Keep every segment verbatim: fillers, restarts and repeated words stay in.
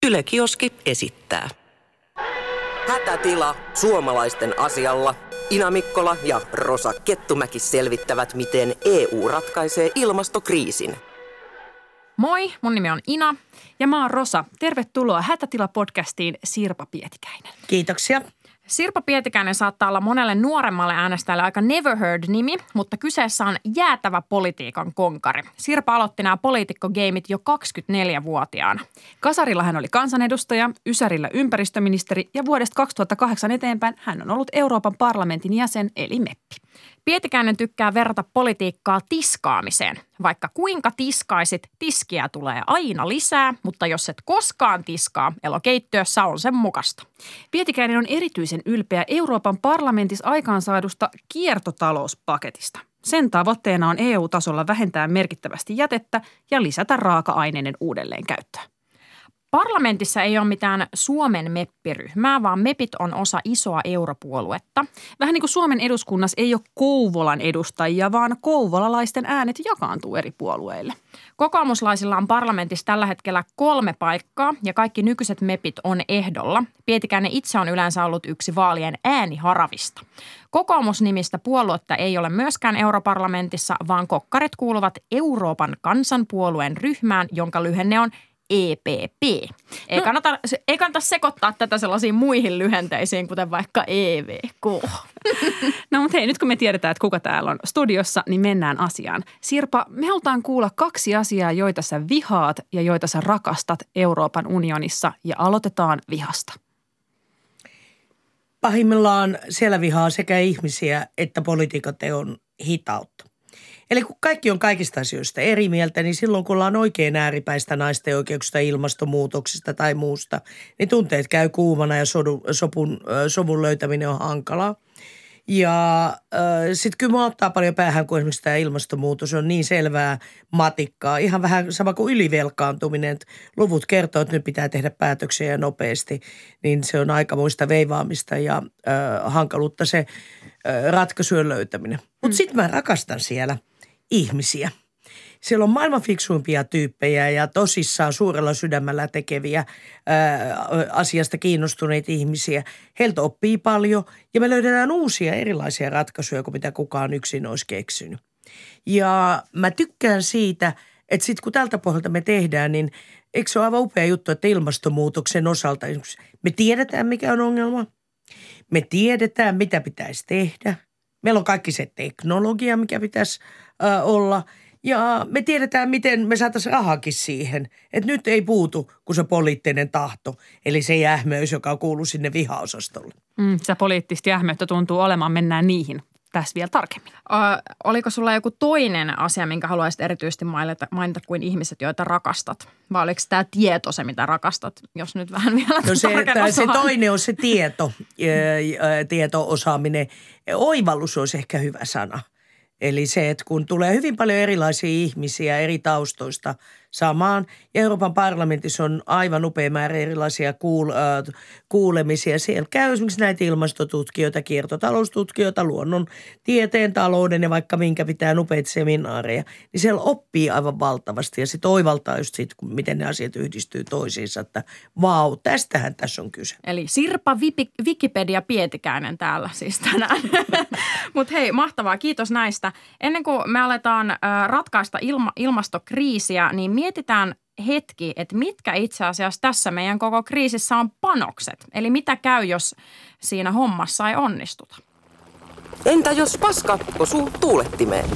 Yle Kioski esittää. Hätätila suomalaisten asialla. Ina Mikkola ja Rosa Kettumäki selvittävät, miten E U ratkaisee ilmastokriisin. Moi, mun nimi on Ina ja mä oon Rosa. Tervetuloa Hätätila-podcastiin Sirpa Pietikäinen. Kiitoksia. Sirpa Pietikäinen saattaa olla monelle nuoremmalle äänestäjälle aika never heard-nimi, mutta kyseessä on jäätävä politiikan konkari. Sirpa aloitti nämä poliitikkogeimit jo kaksikymmentäneljävuotiaana. Kasarilla hän oli kansanedustaja, Ysärillä ympäristöministeri ja vuodesta kaksituhattakahdeksan eteenpäin hän on ollut Euroopan parlamentin jäsen eli meppi. Pietikäinen tykkää verrata politiikkaa tiskaamiseen. Vaikka kuinka tiskaisit, tiskiä tulee aina lisää, mutta jos et koskaan tiskaa, elokeittiössä on sen mukasta. Pietikäinen on erityisen ylpeä Euroopan parlamentissa aikaansaadusta kiertotalouspaketista. Sen tavoitteena on E U-tasolla vähentää merkittävästi jätettä ja lisätä raaka-aineiden uudelleenkäyttöä. Parlamentissa ei ole mitään Suomen meppiryhmää, vaan mepit on osa isoa europuoluetta. Vähän niin kuin Suomen eduskunnassa ei ole Kouvolan edustajia, vaan kouvolalaisten äänet jakaantuu eri puolueille. Kokoomuslaisilla on parlamentissa tällä hetkellä kolme paikkaa ja kaikki nykyiset mepit on ehdolla. Pietikäinen itse on yleensä ollut yksi vaalien ääniharavista. Kokoomusnimistä puoluetta ei ole myöskään europarlamentissa, vaan kokkarit kuuluvat Euroopan kansanpuolueen ryhmään, jonka lyhenne on E P P. Ei, no. kannata, ei kannata sekoittaa tätä sellaisiin muihin lyhenteisiin, kuten vaikka E V K. No mutta hei, nyt kun me tiedetään, että kuka täällä on studiossa, niin mennään asiaan. Sirpa, me halutaan kuulla kaksi asiaa, joita sä vihaat ja joita sä rakastat Euroopan unionissa, ja aloitetaan vihasta. Pahimmillaan siellä vihaa sekä ihmisiä että politiikan teon hitautta. Eli kun kaikki on kaikista asioista eri mieltä, niin silloin kun ollaan oikein ääripäistä naisten oikeuksista, ilmastonmuutoksesta tai muusta, niin tunteet käy kuumana ja sodu, sopun, sovun löytäminen on hankalaa. Ja äh, sitten kyllä mua ottaa paljon päähän, kun esimerkiksi tämä ilmastonmuutos on niin selvää matikkaa. Ihan vähän sama kuin ylivelkaantuminen, että luvut kertoo, että nyt pitää tehdä päätöksiä nopeasti, niin se on aikamoista veivaamista ja äh, hankaluutta se äh, ratkaisujen löytäminen. Mutta mm. sitten mä rakastan siellä ihmisiä. Siellä on maailman fiksuimpia tyyppejä ja tosissaan suurella sydämellä tekeviä ää, asiasta kiinnostuneita ihmisiä. Heiltä oppii paljon ja me löydetään uusia erilaisia ratkaisuja kuin mitä kukaan yksin olisi keksinyt. Ja mä tykkään siitä, että sitten kun tältä pohjalta me tehdään, niin eikö se ole aivan upea juttu, että ilmastonmuutoksen osalta me tiedetään mikä on ongelma. Me tiedetään mitä pitäisi tehdä. Meillä on kaikki se teknologia, mikä pitäisi ää, olla. Ja me tiedetään, miten me saataisiin rahakin siihen, että nyt ei puutu kuin se poliittinen tahto, eli se jähmeys, joka kuuluu sinne vihaosastolle. Mm, se poliittista jähmeyttä tuntuu olemaan, mennään niihin tässä vielä tarkemmin. Ö, oliko sulla joku toinen asia, minkä haluaisit erityisesti mainita, mainita kuin ihmiset, joita rakastat? Vai oliko tämä tieto se, mitä rakastat, jos nyt vähän vielä no se, se toinen on se tieto, tieto-osaaminen. Oivallus olisi ehkä hyvä sana. Eli se, että kun tulee hyvin paljon erilaisia ihmisiä eri taustoista samaan, ja Euroopan parlamentissa on aivan upea määrä erilaisia kuul, äh, kuulemisia. Siellä käy esimerkiksi näitä ilmastotutkijoita, kiertotaloustutkijoita, luonnon, tieteen, talouden ja vaikka minkä pitää upeita seminaareja. Niin siellä oppii aivan valtavasti ja sitten oivaltaa just siitä, miten ne asiat yhdistyy toisiinsa, että vau, tästähän tässä on kyse. Eli Sirpa Vipi, Wikipedia Pietikäinen täällä siis tänään. Mutta hei, mahtavaa, kiitos näistä. Ennen kuin me aletaan äh, ratkaista ilma, ilmastokriisiä, niin mietitään hetki, että mitkä itse asiassa tässä meidän koko kriisissä on panokset. Eli mitä käy, jos siinä hommassa ei onnistuta. Entä jos paska osuu tuulettimeen?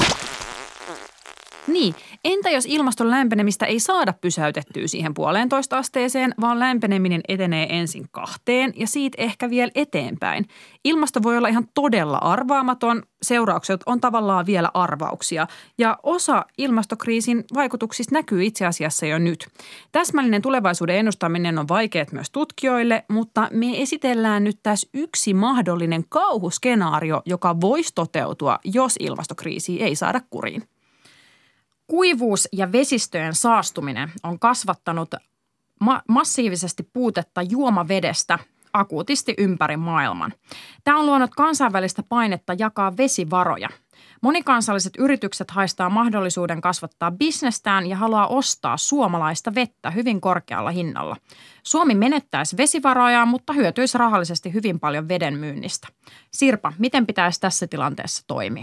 Niin, entä jos ilmaston lämpenemistä ei saada pysäytettyä siihen puoleentoista asteeseen, vaan lämpeneminen etenee ensin kahteen ja siitä ehkä vielä eteenpäin. Ilmasto voi olla ihan todella arvaamaton, seuraukset on tavallaan vielä arvauksia ja osa ilmastokriisin vaikutuksista näkyy itse asiassa jo nyt. Täsmällinen tulevaisuuden ennustaminen on vaikeaa myös tutkijoille, mutta me esitellään nyt tässä yksi mahdollinen kauhuskenaario, joka voisi toteutua, jos ilmastokriisiä ei saada kuriin. Kuivuus ja vesistöjen saastuminen on kasvattanut ma- massiivisesti puutetta juomavedestä akuutisti ympäri maailman. Tämä on luonut kansainvälistä painetta jakaa vesivaroja. Monikansalliset yritykset haistaa mahdollisuuden kasvattaa bisnestään ja haluaa ostaa suomalaista vettä hyvin korkealla hinnalla. Suomi menettäisi vesivarojaan, mutta hyötyisi rahallisesti hyvin paljon veden myynnistä. Sirpa, miten pitäisi tässä tilanteessa toimia?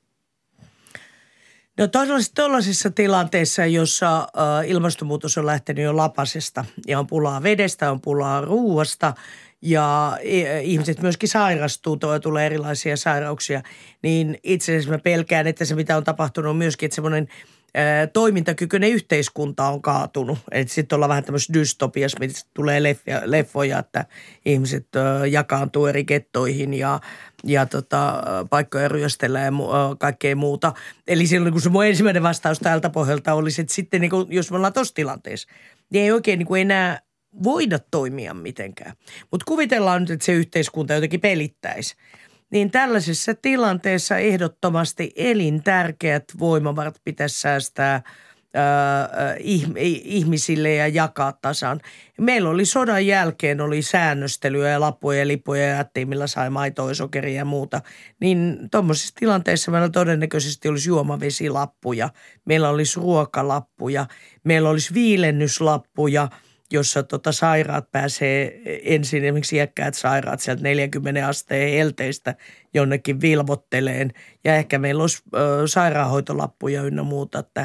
No tuollaisessa tilanteessa, jossa äh, ilmastonmuutos on lähtenyt jo lapasesta ja on pulaa vedestä, on pulaa ruuasta ja ihmiset myöskin sairastuu, tulee erilaisia sairauksia, niin itse asiassa mä pelkään, että se mitä on tapahtunut on myöskin, että semmoinen äh, toimintakykyinen yhteiskunta on kaatunut. Että sitten ollaan vähän tämmöisessä dystopiassa, missä tulee leffoja, leffoja että ihmiset äh, jakaantuu eri kettoihin ja ja tota, paikkoja ryöstellään ja mu- kaikkea muuta. Eli silloin kun se mun ensimmäinen vastaus tältä pohjalta olisi, että sitten niin kuin, jos me ollaan tuossa tilanteessa, niin ei oikein niin kuin enää voida toimia mitenkään. Mutta kuvitellaan nyt, että se yhteiskunta jotenkin pelittäisi. Niin tällaisessa tilanteessa ehdottomasti elintärkeät voimavarat pitäisi säästää ihmisille ja jakaa tasan. Meillä oli sodan jälkeen oli säännöstelyä ja lappuja ja lippuja ja jättiin, millä sai maitoa, sokeria ja muuta. Niin tuommoisissa tilanteissa meillä todennäköisesti olisi juomavesilappuja, meillä olisi ruokalappuja, meillä olisi viilennyslappuja, jossa tota sairaat pääsee ensin, esimerkiksi iäkkäät sairaat sieltä neljänkymmenen asteen helteistä jonnekin vilvotteleen. Ja ehkä meillä olisi ö, sairaanhoitolappuja ynnä muuta, että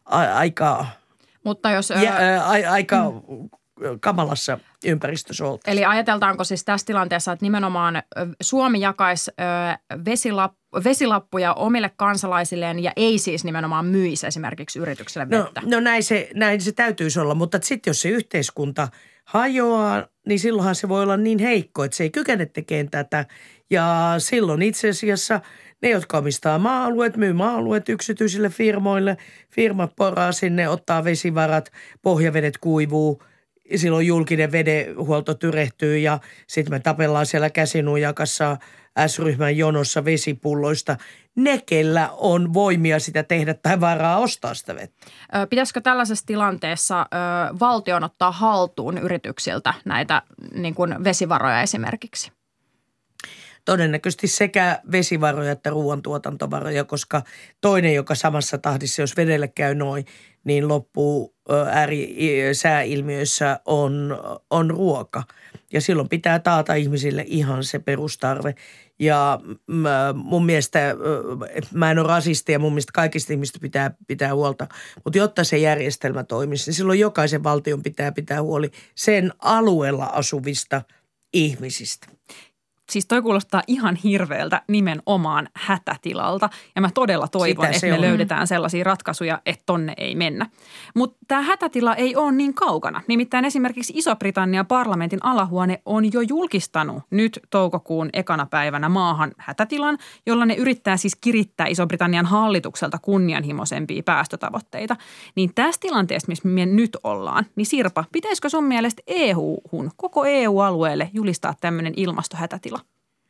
aika, Mutta jos, ja, ää, a, aika mm. kamalassa ympäristössä oltaisiin. Eli ajateltaanko siis tässä tilanteessa, että nimenomaan Suomi jakaisi vesilap, vesilappuja omille kansalaisilleen ja ei siis nimenomaan myisi esimerkiksi yritykselle vettä? No, no näin, se, näin se täytyisi olla, mutta sitten jos se yhteiskunta hajoaa, niin silloinhan se voi olla niin heikko, että se ei kykene tekemään tätä. Ja silloin itse asiassa ne, jotka omistaa maa-alueet, myy maa-alueet yksityisille firmoille. Firmat poraa sinne, ottaa vesivarat, pohjavedet kuivuu. Silloin julkinen vedenhuolto tyrehtyy ja sitten me tapellaan siellä käsinujakassa S-ryhmän jonossa vesipulloista. Ne, kellä on voimia sitä tehdä tai varaa ostaa sitä vettä. Pitäisikö tällaisessa tilanteessa ö, valtion ottaa haltuun yrityksiltä näitä niin kuin vesivaroja esimerkiksi? Todennäköisesti sekä vesivaroja että ruoantuotantovaroja, koska toinen, joka samassa tahdissa, jos vedelle käy noin, niin loppuu ääri sääilmiöissä on, on ruoka. Ja silloin pitää taata ihmisille ihan se perustarve. Ja mun mielestä, mä en ole rasisti ja mun mielestä kaikista ihmistä pitää pitää huolta. Mutta jotta se järjestelmä toimisi, niin silloin jokaisen valtion pitää pitää huoli sen alueella asuvista ihmisistä. Siis toi kuulostaa ihan hirveältä nimenomaan hätätilalta ja mä todella toivon, että me on. löydetään sellaisia ratkaisuja, että tonne ei mennä. Mutta tämä hätätila ei ole niin kaukana. Nimittäin esimerkiksi Iso-Britannian parlamentin alahuone on jo julkistanut nyt toukokuun ekana päivänä maahan hätätilan, jolla ne yrittää siis kirittää Iso-Britannian hallitukselta kunnianhimoisempia päästötavoitteita. Niin tässä tilanteessa, missä me nyt ollaan, niin Sirpa, pitäisikö sun mielestä E U:hun, koko E U-alueelle julistaa tämmöinen ilmastohätätila?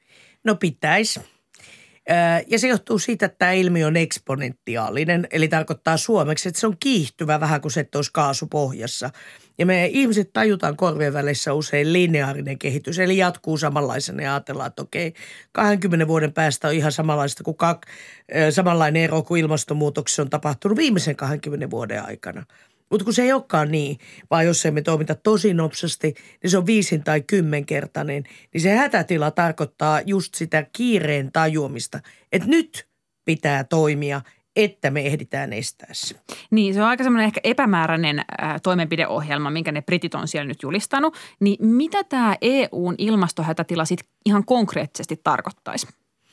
No pitäisi. Ja se johtuu siitä, että tämä ilmiö on eksponentiaalinen, eli tarkoittaa suomeksi, että se on kiihtyvä vähän kuin se, että olisi kaasu pohjassa. Ja me ihmiset tajutaan korvien välissä usein lineaarinen kehitys, eli jatkuu samanlaisena ja ajatellaan, että okei, kahdenkymmenen vuoden päästä on ihan samanlaista kuin kak, samanlainen ero kuin ilmastonmuutoksessa on tapahtunut viimeisen kahdenkymmenen vuoden aikana. Mutta kun se ei olekaan niin, vaan jos emme toimita tosi nopsasti, niin se on viisin tai kymmenkertainen, niin se hätätila tarkoittaa just sitä kiireen tajuamista, että nyt pitää toimia, että me ehditään estää se. Niin, se on aika semmoinen ehkä epämääräinen äh, toimenpideohjelma, minkä ne britit on siellä nyt julistanut. Niin mitä tämä E U:n ilmastohätätila sitten ihan konkreettisesti tarkoittaisi?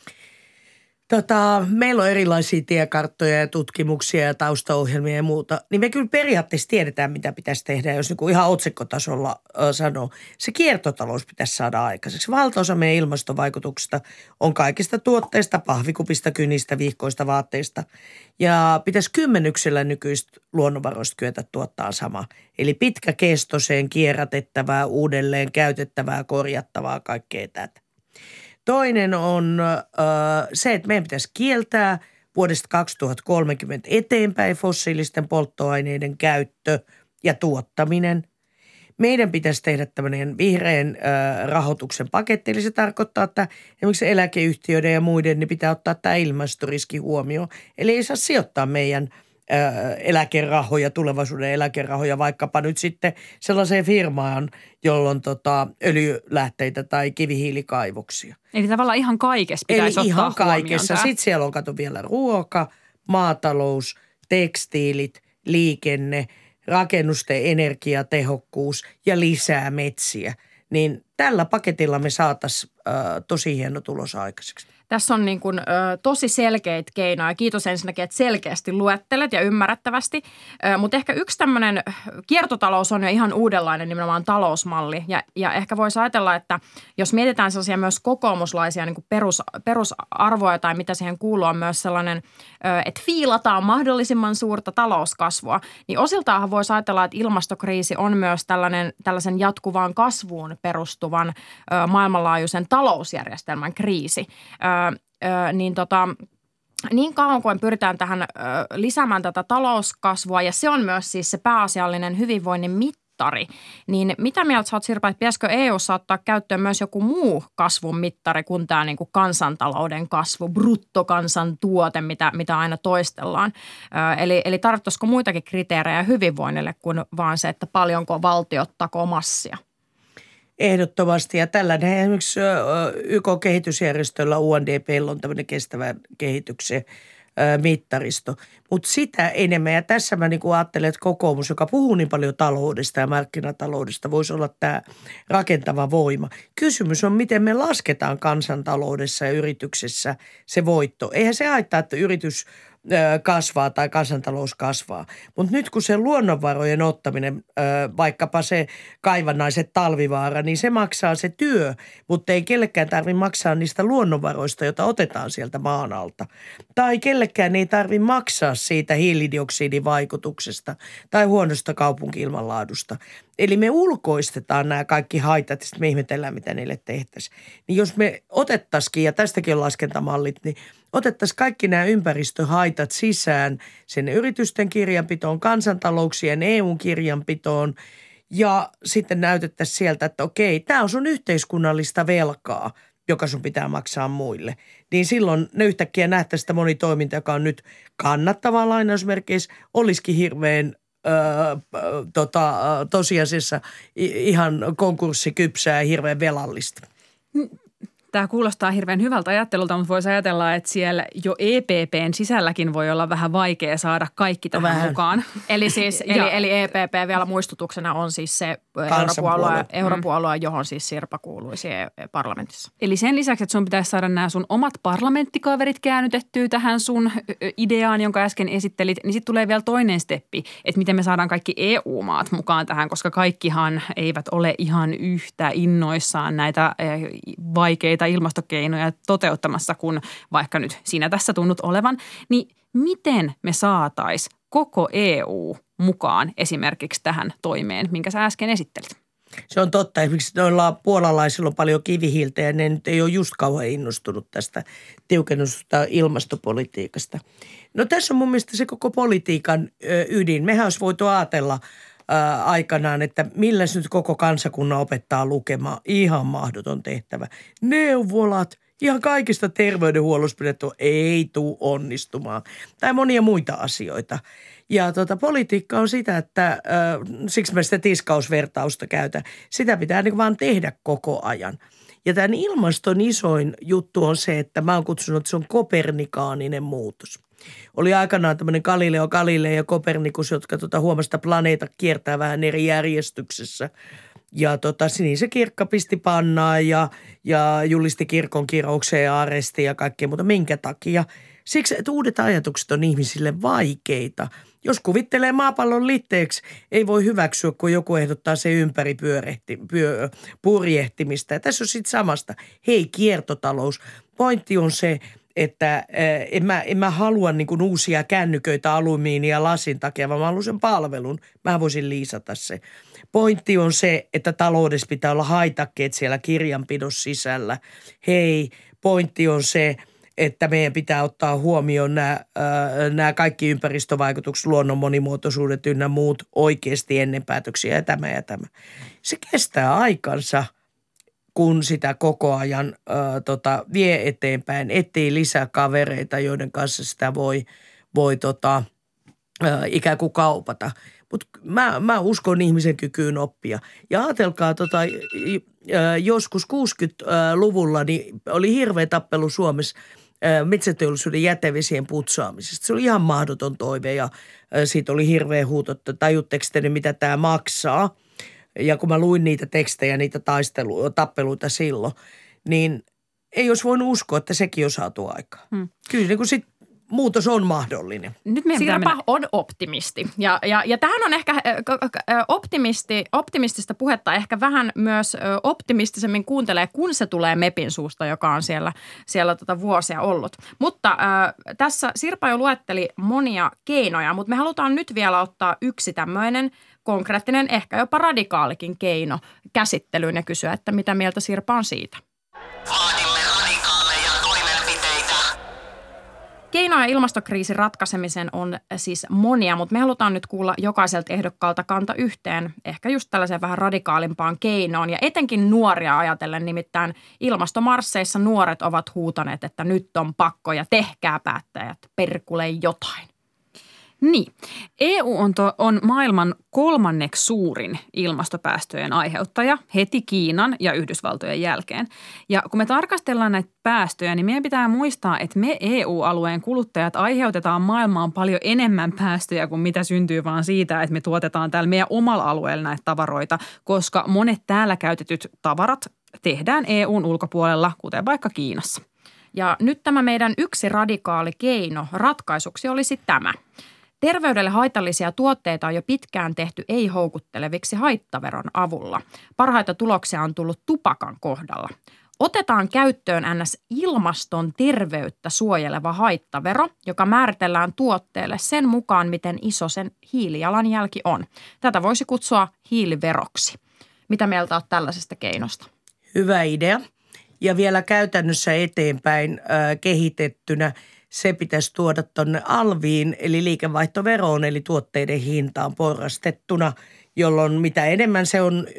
Tota, meillä on erilaisia tiekarttoja ja tutkimuksia ja taustaohjelmia ja muuta, niin me kyllä periaatteessa tiedetään, mitä pitäisi tehdä, jos niin kuin ihan otsikkotasolla ö, sanoo. Se kiertotalous pitäisi saada aikaiseksi. Valtaosa meidän ilmastovaikutuksista on kaikista tuotteista, pahvikupista, kynistä, vihkoista, vaatteista. Ja pitäisi kymmenyksellä nykyistä luonnonvaroista kyetä tuottaa sama. Eli pitkäkestoiseen, kierrätettävää, uudelleen käytettävää, korjattavaa, kaikkea tätä. Toinen on ö, se, että meidän pitäisi kieltää vuodesta kaksituhattakolmekymmentä eteenpäin fossiilisten polttoaineiden käyttö ja tuottaminen. Meidän pitäisi tehdä tämmöinen vihreän äh, rahoituksen paketti, eli se tarkoittaa, että esimerkiksi eläkeyhtiöiden ja muiden niin pitää ottaa tämä ilmastoriski huomioon. Eli ei saa sijoittaa meidän äh, eläkerahoja, tulevaisuuden eläkerahoja, vaikkapa nyt sitten sellaiseen firmaan, jolla on tota, öljylähteitä tai kivihiilikaivoksia. Eli tavallaan ihan kaikessa pitäisi Eli ottaa ihan kaikessa. huomioon. Sitten siellä on kato vielä ruoka, maatalous, tekstiilit, liikenne, rakennusten energiatehokkuus ja lisää metsiä. Niin tällä paketilla me saataisiin äh, tosi hieno tulos aikaiseksi. Tässä on niin kuin, ö, tosi selkeitä keinoja. Kiitos ensinnäkin, että selkeästi luettelet ja ymmärrettävästi. Ö, mutta ehkä yksi tämmöinen kiertotalous on jo ihan uudenlainen nimenomaan talousmalli. Ja, ja ehkä voisi ajatella, että jos mietitään sellaisia myös kokoomuslaisia niin kuin perus, perusarvoja tai mitä siihen kuuluu on myös sellainen, ö, että fiilataan mahdollisimman suurta talouskasvua. Niin osiltaanhan voisi ajatella, että ilmastokriisi on myös tällainen, tällaisen jatkuvaan kasvuun perustuvan ö, maailmanlaajuisen talousjärjestelmän kriisi. Ö, Ö, niin tota, niin kauan kuin pyritään tähän ö, lisäämään tätä talouskasvua ja se on myös siis se pääasiallinen hyvinvoinnin mittari, niin mitä mieltä sä oot, Sirpa, että pitäisikö E U:ssa ottaa käyttöön myös joku muu kasvun mittari kuin tämä niin kuin kansantalouden kasvu, bruttokansantuote, mitä, mitä aina toistellaan. Ö, eli, eli tarvittaisiko muitakin kriteerejä hyvinvoinnille kuin vaan se, että paljonko valtiot takoo massia? Ehdottomasti. Ja tällainen esimerkiksi Y K-kehitysjärjestöllä U N D P:llä on tämmöinen kestävän kehityksen mittaristo. Mutta sitä enemmän, ja tässä mä niinku ajattelen, että kokoomus, joka puhuu niin paljon taloudesta ja markkinataloudesta, voisi olla tämä rakentava voima. Kysymys on, miten me lasketaan kansantaloudessa ja yrityksessä se voitto. Eihän se haittaa, että yritys kasvaa tai kansantalous kasvaa. Mutta nyt kun se luonnonvarojen ottaminen, vaikkapa se kaivannaiset Talvivaara, niin se maksaa se työ, mutta ei kellekään tarvitse maksaa niistä luonnonvaroista, joita otetaan sieltä maan alta. Tai kellekään ei tarvitse maksaa siitä hiilidioksidivaikutuksesta tai huonosta kaupunki-ilmanlaadusta. Eli me ulkoistetaan nämä kaikki haitat ja sitten me ihmetellään, mitä niille tehtäisiin. Niin jos me otettaisikin, ja tästäkin on laskentamallit, niin otettaisiin kaikki nämä ympäristöhaitat sisään sen yritysten kirjanpitoon, kansantalouksien E U:n kirjanpitoon ja sitten näytettäisiin sieltä, että okei, tämä on sun yhteiskunnallista velkaa, joka sun pitää maksaa muille. Niin silloin ne yhtäkkiä nähtäisiin sitä monitoiminta, joka on nyt kannattavaa lainausmerkeissä, olisikin hirveän Öö, tota, tosiasiassa ihan konkurssikypsää ja hirveän velallista. Tämä kuulostaa hirveän hyvältä ajattelulta, mutta voisi ajatella, että siellä jo E P P:n sisälläkin voi olla vähän vaikea saada kaikki tähän vähän mukaan. Eli siis eli, eli E P P vielä muistutuksena on siis se europuolue, europuolue, johon siis Sirpa kuuluisi parlamentissa. Eli sen lisäksi, että sun pitäisi saada nämä sun omat parlamenttikaverit käännytettyä tähän sun ideaan, jonka äsken esittelit, niin sitten tulee vielä toinen steppi, että miten me saadaan kaikki E U-maat mukaan tähän, koska kaikkihan eivät ole ihan yhtä innoissaan näitä vaikeita ilmastokeinoja toteuttamassa, kun vaikka nyt siinä tässä tunnut olevan, niin miten me saatais koko E U mukaan esimerkiksi tähän toimeen, minkä sä äsken esittelit? Se on totta. Esimerkiksi noilla puolalaisilla on paljon kivihiiltä ja ne nyt ei ole just kauhean innostunut tästä tiukennusta ilmastopolitiikasta. No tässä on mun mielestä se koko politiikan ydin. Mehän olisi voitu ajatella ää, aikanaan, että millä nyt koko kansakunnan opettaa lukemaan. Ihan mahdoton tehtävä. Neuvolat, ihan kaikista terveydenhuollosta pidetty ei tule onnistumaan. Tai monia muita asioita. Ja tota, politiikka on sitä, että äh, siksi mä sitä tiskausvertausta käytän. Sitä pitää niin vaan tehdä koko ajan. Ja tämän ilmaston isoin juttu on se, että mä oon kutsunut, että se on kopernikaaninen muutos. Oli aikanaan tämmöinen Galileo Galilei ja Kopernikus, jotka tota, huomasivat, että planeetat kiertää vähän eri järjestyksessä. Ja tota, sinisen kirkka pisti pannaan ja, ja julisti kirkon kiroukseen ja arestiin ja kaikkea muuta. Minkä takia? Siksi, että uudet ajatukset on ihmisille vaikeita. Jos kuvittelee maapallon litteeksi, ei voi hyväksyä, kun joku ehdottaa se ympäri pyörehti, pyö, purjehtimista. Ja tässä on sitten samasta. Hei, kiertotalous. Pointti on se, että äh, en, mä, en mä halua niin kuin uusia kännyköitä alumiini- ja lasin takia, vaan mä haluan sen palvelun. Mä voisin liisata se. Pointti on se, että taloudessa pitää olla haitakkeet siellä kirjanpidossa sisällä. Hei, pointti on se, että meidän pitää ottaa huomioon nämä, nämä kaikki ympäristövaikutukset, luonnon monimuotoisuudet ynnä muut oikeasti ennen päätöksiä ja tämä ja tämä. Se kestää aikansa, kun sitä koko ajan ää, tota, vie eteenpäin, etsii lisää kavereita, joiden kanssa sitä voi, voi tota, ää, ikään kuin kaupata. Mutta mä, mä uskon ihmisen kykyyn oppia. Ja ajatelkaa, tota, joskus kuusikymmentäluvulla niin oli hirveä tappelu Suomessa metsäteollisuuden jätevesien putsaamisesta. Se oli ihan mahdoton toive ja siitä oli hirveä huuto, että tajutteko te, mitä tämä maksaa. Ja kun mä luin niitä tekstejä, niitä taistelu, tappeluita silloin, niin ei olisi voinut uskoa, että sekin on saatu aikaan. Hmm. Kyllä niin kuin sit muutos on mahdollinen. Nyt Sirpa mennä. on optimisti ja, ja, ja tähän on ehkä optimisti, optimistista puhetta ehkä vähän myös optimistisemmin kuuntelee, kun se tulee MEPin suusta, joka on siellä, siellä tota vuosia ollut. Mutta äh, tässä Sirpa jo luetteli monia keinoja, mutta me halutaan nyt vielä ottaa yksi tämmöinen konkreettinen, ehkä jopa radikaalikin keino käsittelyyn ja kysyä, että mitä mieltä Sirpa on siitä. Vaadimme radikaaleja toimenpiteitä. Keinoja ilmastokriisin ratkaisemiseen on siis monia, mutta me halutaan nyt kuulla jokaiselta ehdokkaalta kanta yhteen, ehkä just tällaiseen vähän radikaalimpaan keinoon. Ja etenkin nuoria ajatellen, nimittäin ilmastomarsseissa nuoret ovat huutaneet, että nyt on pakko ja tehkää päättäjät, perkule jotain. Niin. E U on, to, on maailman kolmanneksi suurin ilmastopäästöjen aiheuttaja heti Kiinan ja Yhdysvaltojen jälkeen. Ja kun me tarkastellaan näitä päästöjä, niin meidän pitää muistaa, että me E U-alueen kuluttajat aiheutetaan maailmaan paljon enemmän päästöjä kuin mitä syntyy vaan siitä, että me tuotetaan täällä meidän omalla alueella näitä tavaroita, koska monet täällä käytetyt tavarat tehdään E U:n ulkopuolella, kuten vaikka Kiinassa. Ja nyt tämä meidän yksi radikaali keino ratkaisuksi olisi tämä. Terveydelle haitallisia tuotteita on jo pitkään tehty ei-houkutteleviksi haittaveron avulla. Parhaita tuloksia on tullut tupakan kohdalla. Otetaan käyttöön ns. Ilmaston terveyttä suojeleva haittavero, joka määritellään tuotteelle sen mukaan, miten iso sen hiilijalanjälki on. Tätä voisi kutsua hiiliveroksi. Mitä mieltä olet tällaisesta keinosta? Hyvä idea. Ja vielä käytännössä eteenpäin äh, kehitettynä se pitäisi tuoda tuonne alviin, eli liikevaihtoveroon, eli tuotteiden hintaan porrastettuna, jolloin mitä enemmän se on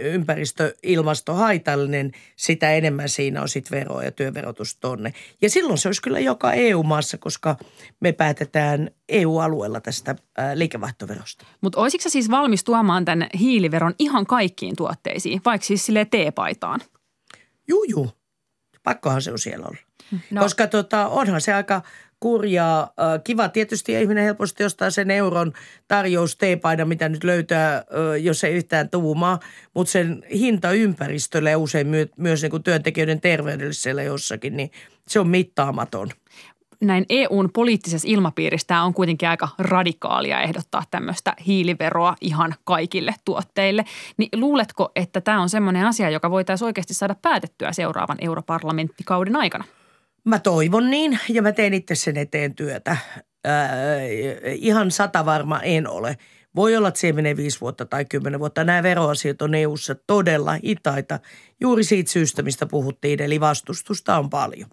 ympäristö-ilmastohaitallinen, sitä enemmän siinä on sitten veroa ja työverotus tonne. Ja silloin se olisi kyllä joka E U-maassa, koska me päätetään E U-alueella tästä ää, liikevaihtoverosta. Mutta olisitko sä siis valmis tuomaan tämän hiiliveron ihan kaikkiin tuotteisiin, vaikka siis silleen teepaitaan? Juu, juu. Pakkohan se on siellä olla. No. Koska tota, onhan se aika kurjaa. Kiva tietysti ihminen helposti ostaa sen euron tarjous teepaidan, mitä nyt löytää, jos ei yhtään tuumaa. Mutta sen hinta ympäristölle ja usein my- myös niin kuin työntekijöiden terveydelle siellä jossakin, niin se on mittaamaton. Näin E U:n poliittisessa ilmapiirissä tämä on kuitenkin aika radikaalia ehdottaa tämmöistä hiiliveroa ihan kaikille tuotteille. Niin luuletko, että tämä on semmoinen asia, joka voitaisiin oikeasti saada päätettyä seuraavan europarlamenttikauden aikana? Mä toivon niin ja mä teen itse sen eteen työtä. Ää, ihan sata varma en ole. Voi olla, että siihen menee viisi vuotta tai kymmenen vuotta. Nämä veroasiat on E U:ssa todella hitaita juuri siitä syystä, mistä puhuttiin, eli vastustusta on paljon.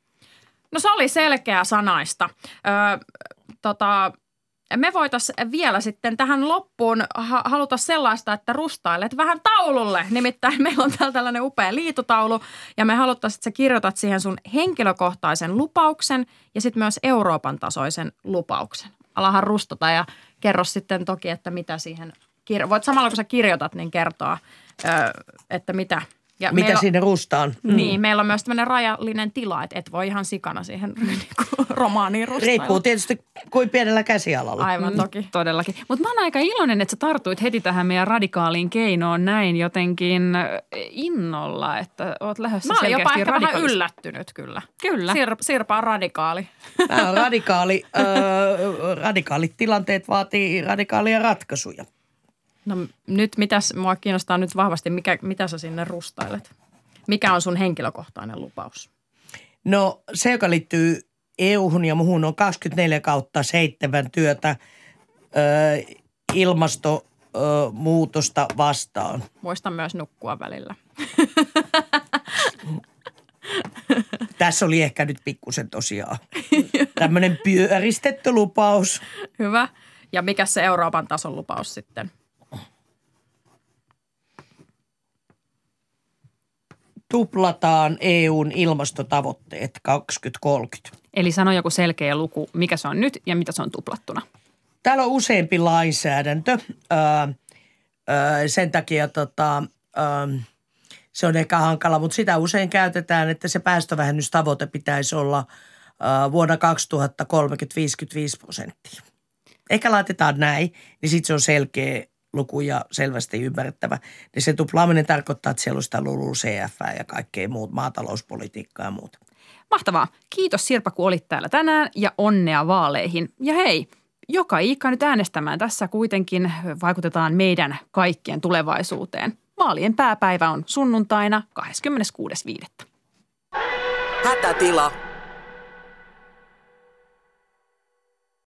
No se oli selkeä sanaista. Öö, tota, me voitaisiin vielä sitten tähän loppuun ha- haluta sellaista, että rustailet vähän taululle. Nimittäin meillä on täällä tällainen upea liitutaulu ja me haluttaisiin, että sä kirjoitat siihen sun henkilökohtaisen lupauksen ja sitten myös Euroopan tasoisen lupauksen. Alahan rustata ja kerro sitten toki, että mitä siihen kir- voit samalla kun sä kirjoitat, niin kertoa, öö, että mitä – Ja mitä meillä, siinä rustaan? Niin, mm. meillä on myös tämmöinen rajallinen tila, että et voi ihan sikana siihen romaaniin rustailla. Riippuu tietysti kuin pienellä käsialalla. Aivan mm. toki. Todellakin. Mutta mä oon aika iloinen, että sä tartuit heti tähän meidän radikaaliin keinoon näin jotenkin innolla, että oot lähdössä selkeästi radikaalista. Mä oon jopa ehkä vähän yllättynyt kyllä. Kyllä. Sir, Sirpa on radikaali. Mä oon radikaali. Äh, radikaalit tilanteet vaatii radikaalia ratkaisuja. No nyt mitäs, mua kiinnostaa nyt vahvasti, mikä, mitä sä sinne rustailet? Mikä on sun henkilökohtainen lupaus? No se, joka liittyy E U:hun ja muuhun, on kaksikymmentäneljä kautta seitsemän työtä ö, ilmastonmuutosta vastaan. Muista myös nukkua välillä. Tässä oli ehkä nyt pikkusen tosiaan tämmöinen pyöristetty lupaus. Hyvä. Ja mikä se Euroopan tason lupaus sitten? Tuplataan E U:n ilmastotavoitteet kaksituhattakolmekymmentä. Eli sano joku selkeä luku, mikä se on nyt ja mitä se on tuplattuna. Täällä on useampi lainsäädäntö. Öö, öö, sen takia tota, öö, se on ehkä hankala, mutta sitä usein käytetään, että se päästövähennystavoite pitäisi olla öö, vuonna kaksituhattakolmekymmentä viisikymmentäviisi prosenttia. Ehkä laitetaan näin, niin sitten se on selkeä luku ja selvästi ymmärrettävä. Ja se tuplaaminen tarkoittaa, että siellä on sitä L U L U C F ja kaikkea muut, maatalouspolitiikkaa ja muuta. Mahtavaa. Kiitos Sirpa, kun olit täällä tänään ja onnea vaaleihin. Ja hei, joka iikka nyt äänestämään. Tässä kuitenkin vaikutetaan meidän kaikkien tulevaisuuteen. Vaalien pääpäivä on sunnuntaina kahdeskymmeneskuudes viidettä. Hätätila.